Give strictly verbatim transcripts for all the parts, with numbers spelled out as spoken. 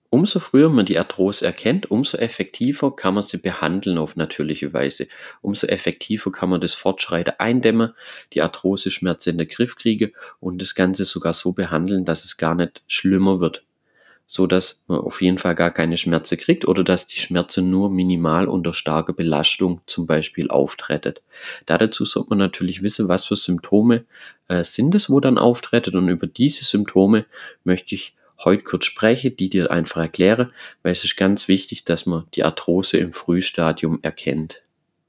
Umso früher man die Arthrose erkennt, umso effektiver kann man sie behandeln auf natürliche Weise. Umso effektiver kann man das Fortschreiten eindämmen, die Arthroseschmerzen in den Griff kriegen und das Ganze sogar so behandeln, dass es gar nicht schlimmer wird, so dass man auf jeden Fall gar keine Schmerzen kriegt oder dass die Schmerzen nur minimal unter starker Belastung zum Beispiel auftreten. Dazu sollte man natürlich wissen, was für Symptome äh, sind es, wo dann auftreten, und über diese Symptome möchte ich heute kurz sprechen, die dir einfach erkläre, weil es ist ganz wichtig, dass man die Arthrose im Frühstadium erkennt.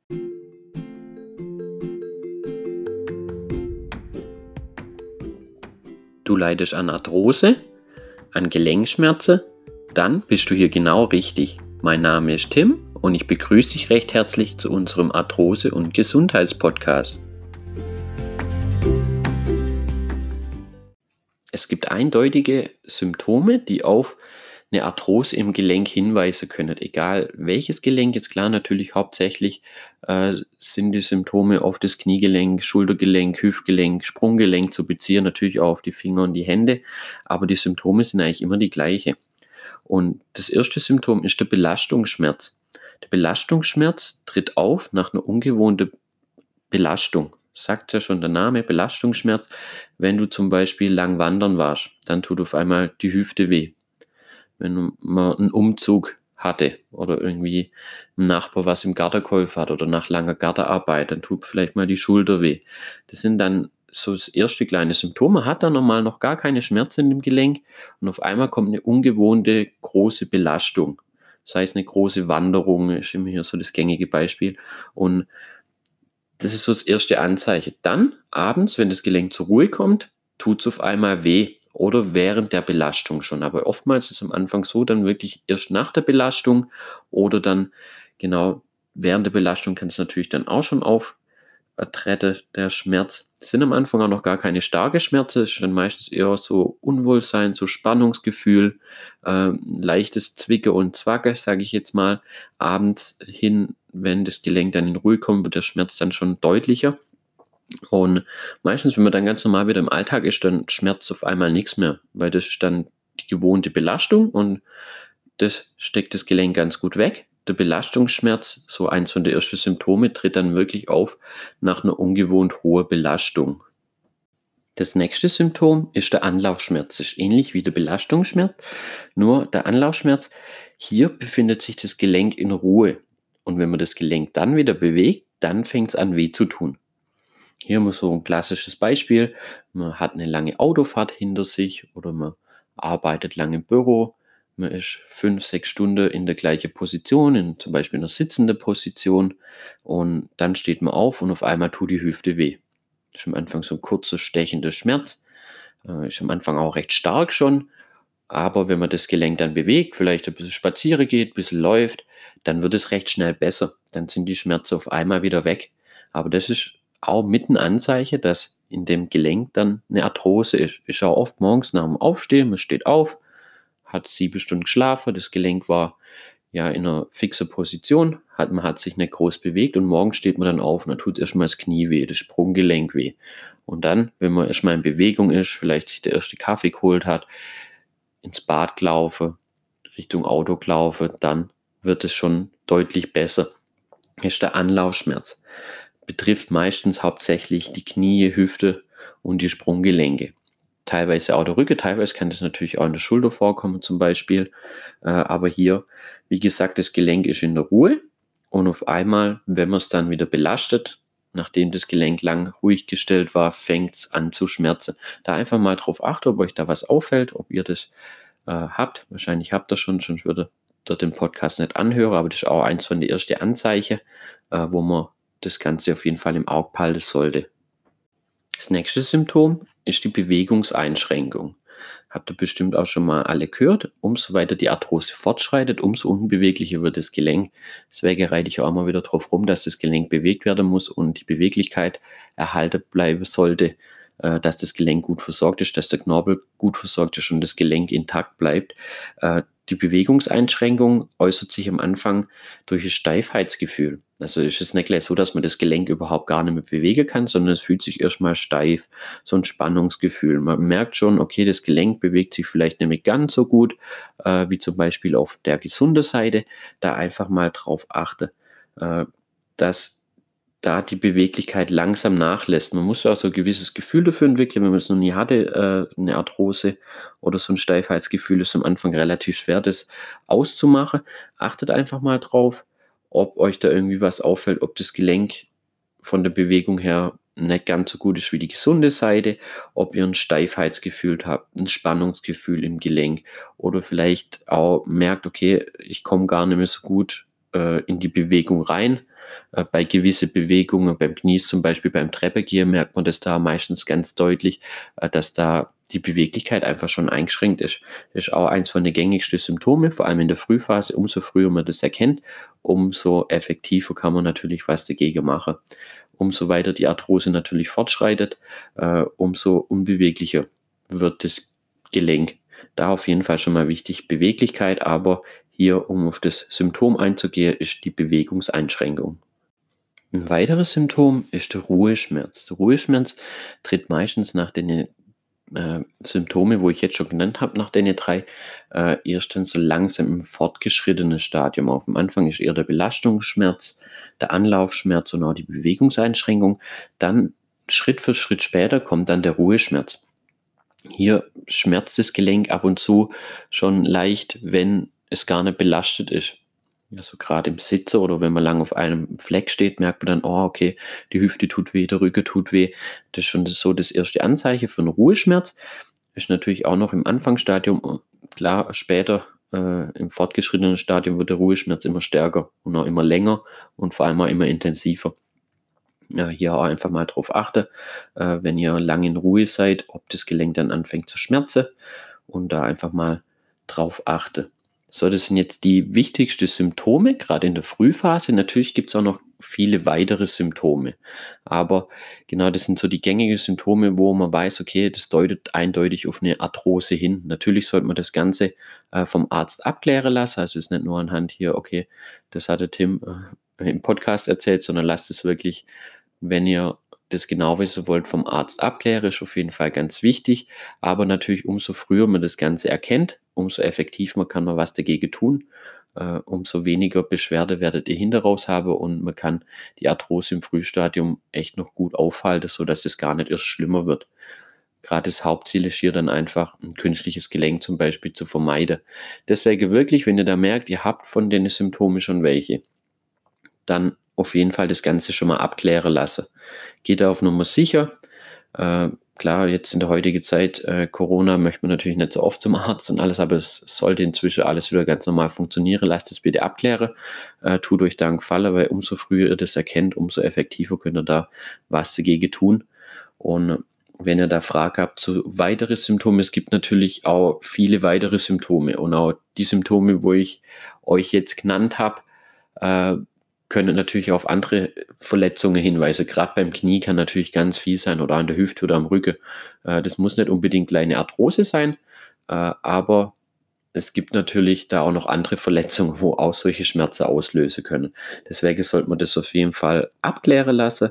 Du leidest an Arthrose, an Gelenkschmerzen, dann bist du hier genau richtig. Mein Name ist Tim und ich begrüße dich recht herzlich zu unserem Arthrose- und Gesundheitspodcast. Es gibt eindeutige Symptome, die auf eine Arthrose im Gelenk hinweisen können. Egal welches Gelenk, jetzt klar natürlich hauptsächlich äh, sind die Symptome auf das Kniegelenk, Schultergelenk, Hüftgelenk, Sprunggelenk zu beziehen, natürlich auch auf die Finger und die Hände, aber die Symptome sind eigentlich immer die gleiche. Und das erste Symptom ist der Belastungsschmerz. Der Belastungsschmerz tritt auf nach einer ungewohnten Belastung. Sagt ja schon der Name, Belastungsschmerz. Wenn du zum Beispiel lang wandern warst, dann tut auf einmal die Hüfte weh. Wenn man einen Umzug hatte oder irgendwie ein Nachbar was im Garten geholfen hat oder nach langer Gartenarbeit, dann tut vielleicht mal die Schulter weh. Das sind dann so das erste kleine Symptom. Man hat dann normal noch gar keine Schmerzen in dem Gelenk und auf einmal kommt eine ungewohnte große Belastung. Das heißt, eine große Wanderung ist immer hier so das gängige Beispiel. Und das ist so das erste Anzeichen. Dann abends, wenn das Gelenk zur Ruhe kommt, tut es auf einmal weh oder während der Belastung schon. Aber oftmals ist es am Anfang so, dann wirklich erst nach der Belastung oder dann genau während der Belastung kann es natürlich dann auch schon auftreten, der Schmerz. Es sind am Anfang auch noch gar keine starke Schmerzen, es ist dann meistens eher so Unwohlsein, so Spannungsgefühl, äh, leichtes Zwicken und Zwacken, sage ich jetzt mal. Abends hin, wenn das Gelenk dann in Ruhe kommt, wird der Schmerz dann schon deutlicher. Und meistens, wenn man dann ganz normal wieder im Alltag ist, dann schmerzt auf einmal nichts mehr, weil das ist dann die gewohnte Belastung und das steckt das Gelenk ganz gut weg. Der Belastungsschmerz, so eins von den ersten Symptomen, tritt dann wirklich auf nach einer ungewohnt hohen Belastung. Das nächste Symptom ist der Anlaufschmerz. Das ist ähnlich wie der Belastungsschmerz, nur der Anlaufschmerz. Hier befindet sich das Gelenk in Ruhe. Und wenn man das Gelenk dann wieder bewegt, dann fängt es an weh zu tun. Hier haben wir so ein klassisches Beispiel. Man hat eine lange Autofahrt hinter sich oder man arbeitet lange im Büro. Man ist fünf, sechs Stunden in der gleichen Position, in zum Beispiel einer sitzenden Position. Und dann steht man auf und auf einmal tut die Hüfte weh. Das ist am Anfang so ein kurzer, stechender Schmerz. Äh, ist am Anfang auch recht stark schon. Aber wenn man das Gelenk dann bewegt, vielleicht ein bisschen spazieren geht, ein bisschen läuft, dann wird es recht schnell besser. Dann sind die Schmerzen auf einmal wieder weg. Aber das ist auch mit ein Anzeichen, dass in dem Gelenk dann eine Arthrose ist. Ist auch oft morgens nach dem Aufstehen, man steht auf, hat sieben Stunden geschlafen, das Gelenk war ja in einer fixen Position, hat, man hat sich nicht groß bewegt und morgens steht man dann auf und dann tut erstmal das Knie weh, das Sprunggelenk weh. Und dann, wenn man erstmal in Bewegung ist, vielleicht sich der erste Kaffee geholt hat, ins Bad gelaufen, Richtung Auto gelaufen, dann wird es schon deutlich besser. Das ist der Anlaufschmerz. Betrifft meistens hauptsächlich die Knie, Hüfte und die Sprunggelenke. Teilweise auch der Rücken, teilweise kann das natürlich auch in der Schulter vorkommen zum Beispiel. Äh, aber hier, wie gesagt, das Gelenk ist in der Ruhe und auf einmal, wenn man es dann wieder belastet, nachdem das Gelenk lang ruhig gestellt war, fängt es an zu schmerzen. Da einfach mal drauf achten, ob euch da was auffällt, ob ihr das äh, habt. Wahrscheinlich habt ihr schon, sonst würde dort den Podcast nicht anhören, aber das ist auch eins von den ersten Anzeichen, äh, wo man das Ganze auf jeden Fall im Auge behalten sollte. Das nächste Symptom ist die Bewegungseinschränkung. Habt ihr bestimmt auch schon mal alle gehört. Umso weiter die Arthrose fortschreitet, umso unbeweglicher wird das Gelenk. Deswegen reite ich auch immer wieder drauf rum, dass das Gelenk bewegt werden muss und die Beweglichkeit erhalten bleiben sollte, dass das Gelenk gut versorgt ist, dass der Knorpel gut versorgt ist und das Gelenk intakt bleibt. die Bewegungseinschränkung äußert sich am Anfang durch ein Steifheitsgefühl. Also ist es nicht gleich so, dass man das Gelenk überhaupt gar nicht mehr bewegen kann, sondern es fühlt sich erstmal steif, so ein Spannungsgefühl. Man merkt schon, okay, das Gelenk bewegt sich vielleicht nicht mehr ganz so gut, äh, wie zum Beispiel auf der gesunden Seite. Da einfach mal drauf achte, äh, dass da die Beweglichkeit langsam nachlässt. Man muss ja auch so ein gewisses Gefühl dafür entwickeln, wenn man es noch nie hatte, äh, 'ne Arthrose oder so ein Steifheitsgefühl ist am Anfang relativ schwer, das auszumachen. Achtet einfach mal drauf, ob euch da irgendwie was auffällt, ob das Gelenk von der Bewegung her nicht ganz so gut ist wie die gesunde Seite, ob ihr ein Steifheitsgefühl habt, ein Spannungsgefühl im Gelenk oder vielleicht auch merkt: „Okay, ich komme gar nicht mehr so gut, äh, in die Bewegung rein.“ Äh, bei gewisse Bewegungen, beim Knie zum Beispiel, beim Treppegehen merkt man das da meistens ganz deutlich, äh, dass da die Beweglichkeit einfach schon eingeschränkt ist. Das ist auch eins von den gängigsten Symptome, vor allem in der Frühphase. Umso früher man das erkennt, umso effektiver kann man natürlich was dagegen machen. Umso weiter die Arthrose natürlich fortschreitet, äh, umso unbeweglicher wird das Gelenk. Da auf jeden Fall schon mal wichtig Beweglichkeit, aber hier, um auf das Symptom einzugehen, ist die Bewegungseinschränkung. Ein weiteres Symptom ist der Ruheschmerz. Der Ruheschmerz tritt meistens nach den äh, Symptome, wo ich jetzt schon genannt habe, nach den drei, äh, erst dann so langsam im fortgeschrittenen Stadium auf. Am Anfang ist eher der Belastungsschmerz, der Anlaufschmerz und auch die Bewegungseinschränkung. Dann Schritt für Schritt später kommt dann der Ruheschmerz. Hier schmerzt das Gelenk ab und zu schon leicht, wenn es gar nicht belastet ist. Also gerade im Sitzen oder wenn man lang auf einem Fleck steht, merkt man dann, oh, okay, die Hüfte tut weh, der Rücken tut weh. Das ist schon so das erste Anzeichen für einen Ruheschmerz. Ist natürlich auch noch im Anfangsstadium. Klar, später äh, im fortgeschrittenen Stadium wird der Ruheschmerz immer stärker und auch immer länger und vor allem auch immer intensiver. Ja, hier auch einfach mal drauf achten, äh, wenn ihr lang in Ruhe seid, ob das Gelenk dann anfängt zu schmerzen und da einfach mal drauf achten. So, das sind jetzt die wichtigsten Symptome, gerade in der Frühphase. Natürlich gibt es auch noch viele weitere Symptome, aber genau das sind so die gängigen Symptome, wo man weiß, okay, das deutet eindeutig auf eine Arthrose hin. Natürlich sollte man das Ganze äh, vom Arzt abklären lassen, also es ist nicht nur anhand hier, okay, das hatte Tim äh, im Podcast erzählt, sondern lasst es wirklich, wenn ihr das genau wissen wollt, vom Arzt abklären, ist auf jeden Fall ganz wichtig. Aber natürlich, umso früher man das Ganze erkennt, umso effektiver kann man was dagegen tun. Äh, umso weniger Beschwerde werdet ihr hinter raus haben und man kann die Arthrose im Frühstadium echt noch gut aufhalten, sodass es gar nicht erst schlimmer wird. Gerade das Hauptziel ist hier dann einfach, ein künstliches Gelenk zum Beispiel zu vermeiden. Deswegen wirklich, wenn ihr da merkt, ihr habt von den Symptomen schon welche, dann auf jeden Fall das Ganze schon mal abklären lassen. Geht da auf Nummer sicher. Äh, klar, jetzt in der heutigen Zeit, äh, Corona, möchte man natürlich nicht so oft zum Arzt und alles, aber es sollte inzwischen alles wieder ganz normal funktionieren. Lasst es bitte abklären. Äh, tut euch da einen Gefallen, weil umso früher ihr das erkennt, umso effektiver könnt ihr da was dagegen tun. Und wenn ihr da Fragen habt zu weiteren Symptomen, es gibt natürlich auch viele weitere Symptome und auch die Symptome, wo ich euch jetzt genannt habe, äh, können natürlich auf andere Verletzungen hinweisen. Gerade beim Knie kann natürlich ganz viel sein oder an der Hüfte oder am Rücken. Äh, das muss nicht unbedingt kleine Arthrose sein, äh, aber es gibt natürlich da auch noch andere Verletzungen, wo auch solche Schmerzen auslösen können. Deswegen sollte man das auf jeden Fall abklären lassen.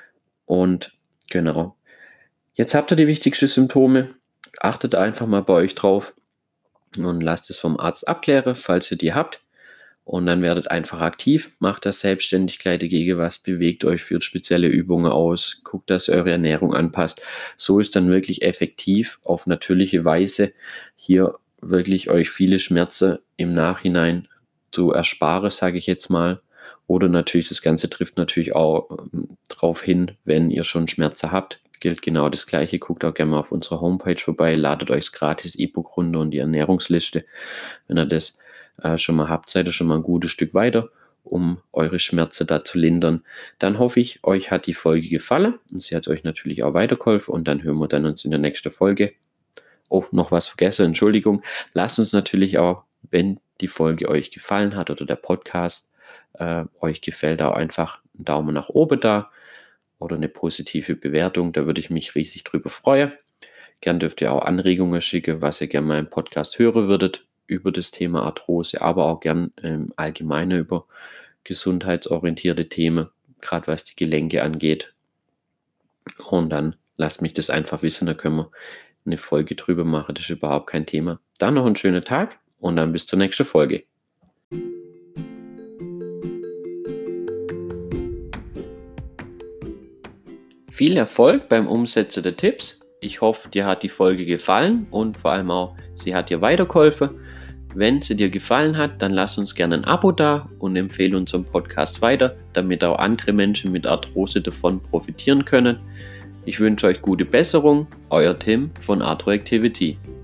Und genau. Jetzt habt ihr die wichtigsten Symptome. Achtet einfach mal bei euch drauf und lasst es vom Arzt abklären, falls ihr die habt. Und dann werdet einfach aktiv, macht das selbstständig gleich dagegen was, bewegt euch, führt spezielle Übungen aus, guckt, dass ihr eure Ernährung anpasst. So ist dann wirklich effektiv auf natürliche Weise hier wirklich euch viele Schmerzen im Nachhinein zu ersparen, sage ich jetzt mal. Oder natürlich, das Ganze trifft natürlich auch ähm, darauf hin, wenn ihr schon Schmerzen habt, gilt genau das Gleiche. Guckt auch gerne mal auf unserer Homepage vorbei, ladet euch das gratis E-Book runter und die Ernährungsliste, wenn ihr das äh, schon mal habt, seid ihr schon mal ein gutes Stück weiter, um eure Schmerzen da zu lindern. Dann hoffe ich, euch hat die Folge gefallen und sie hat euch natürlich auch weitergeholfen und dann hören wir dann uns in der nächsten Folge. Oh, noch was vergessen, Entschuldigung. Lasst uns natürlich auch, wenn die Folge euch gefallen hat oder der Podcast äh, euch gefällt, auch einfach einen Daumen nach oben da oder eine positive Bewertung. Da würde ich mich riesig drüber freuen. Gern dürft ihr auch Anregungen schicken, was ihr gerne mal im Podcast hören würdet. über das Thema Arthrose, aber auch gern ähm, allgemeiner über gesundheitsorientierte Themen, gerade was die Gelenke angeht. Und dann lasst mich das einfach wissen, da können wir eine Folge drüber machen, das ist überhaupt kein Thema. Dann noch einen schönen Tag und dann bis zur nächsten Folge. Viel Erfolg beim Umsetzen der Tipps. Ich hoffe, dir hat die Folge gefallen und vor allem auch, sie hat dir weitergeholfen. Wenn sie dir gefallen hat, dann lass uns gerne ein Abo da und empfehle unseren Podcast weiter, damit auch andere Menschen mit Arthrose davon profitieren können. Ich wünsche euch gute Besserung, euer Tim von Arthroactivity.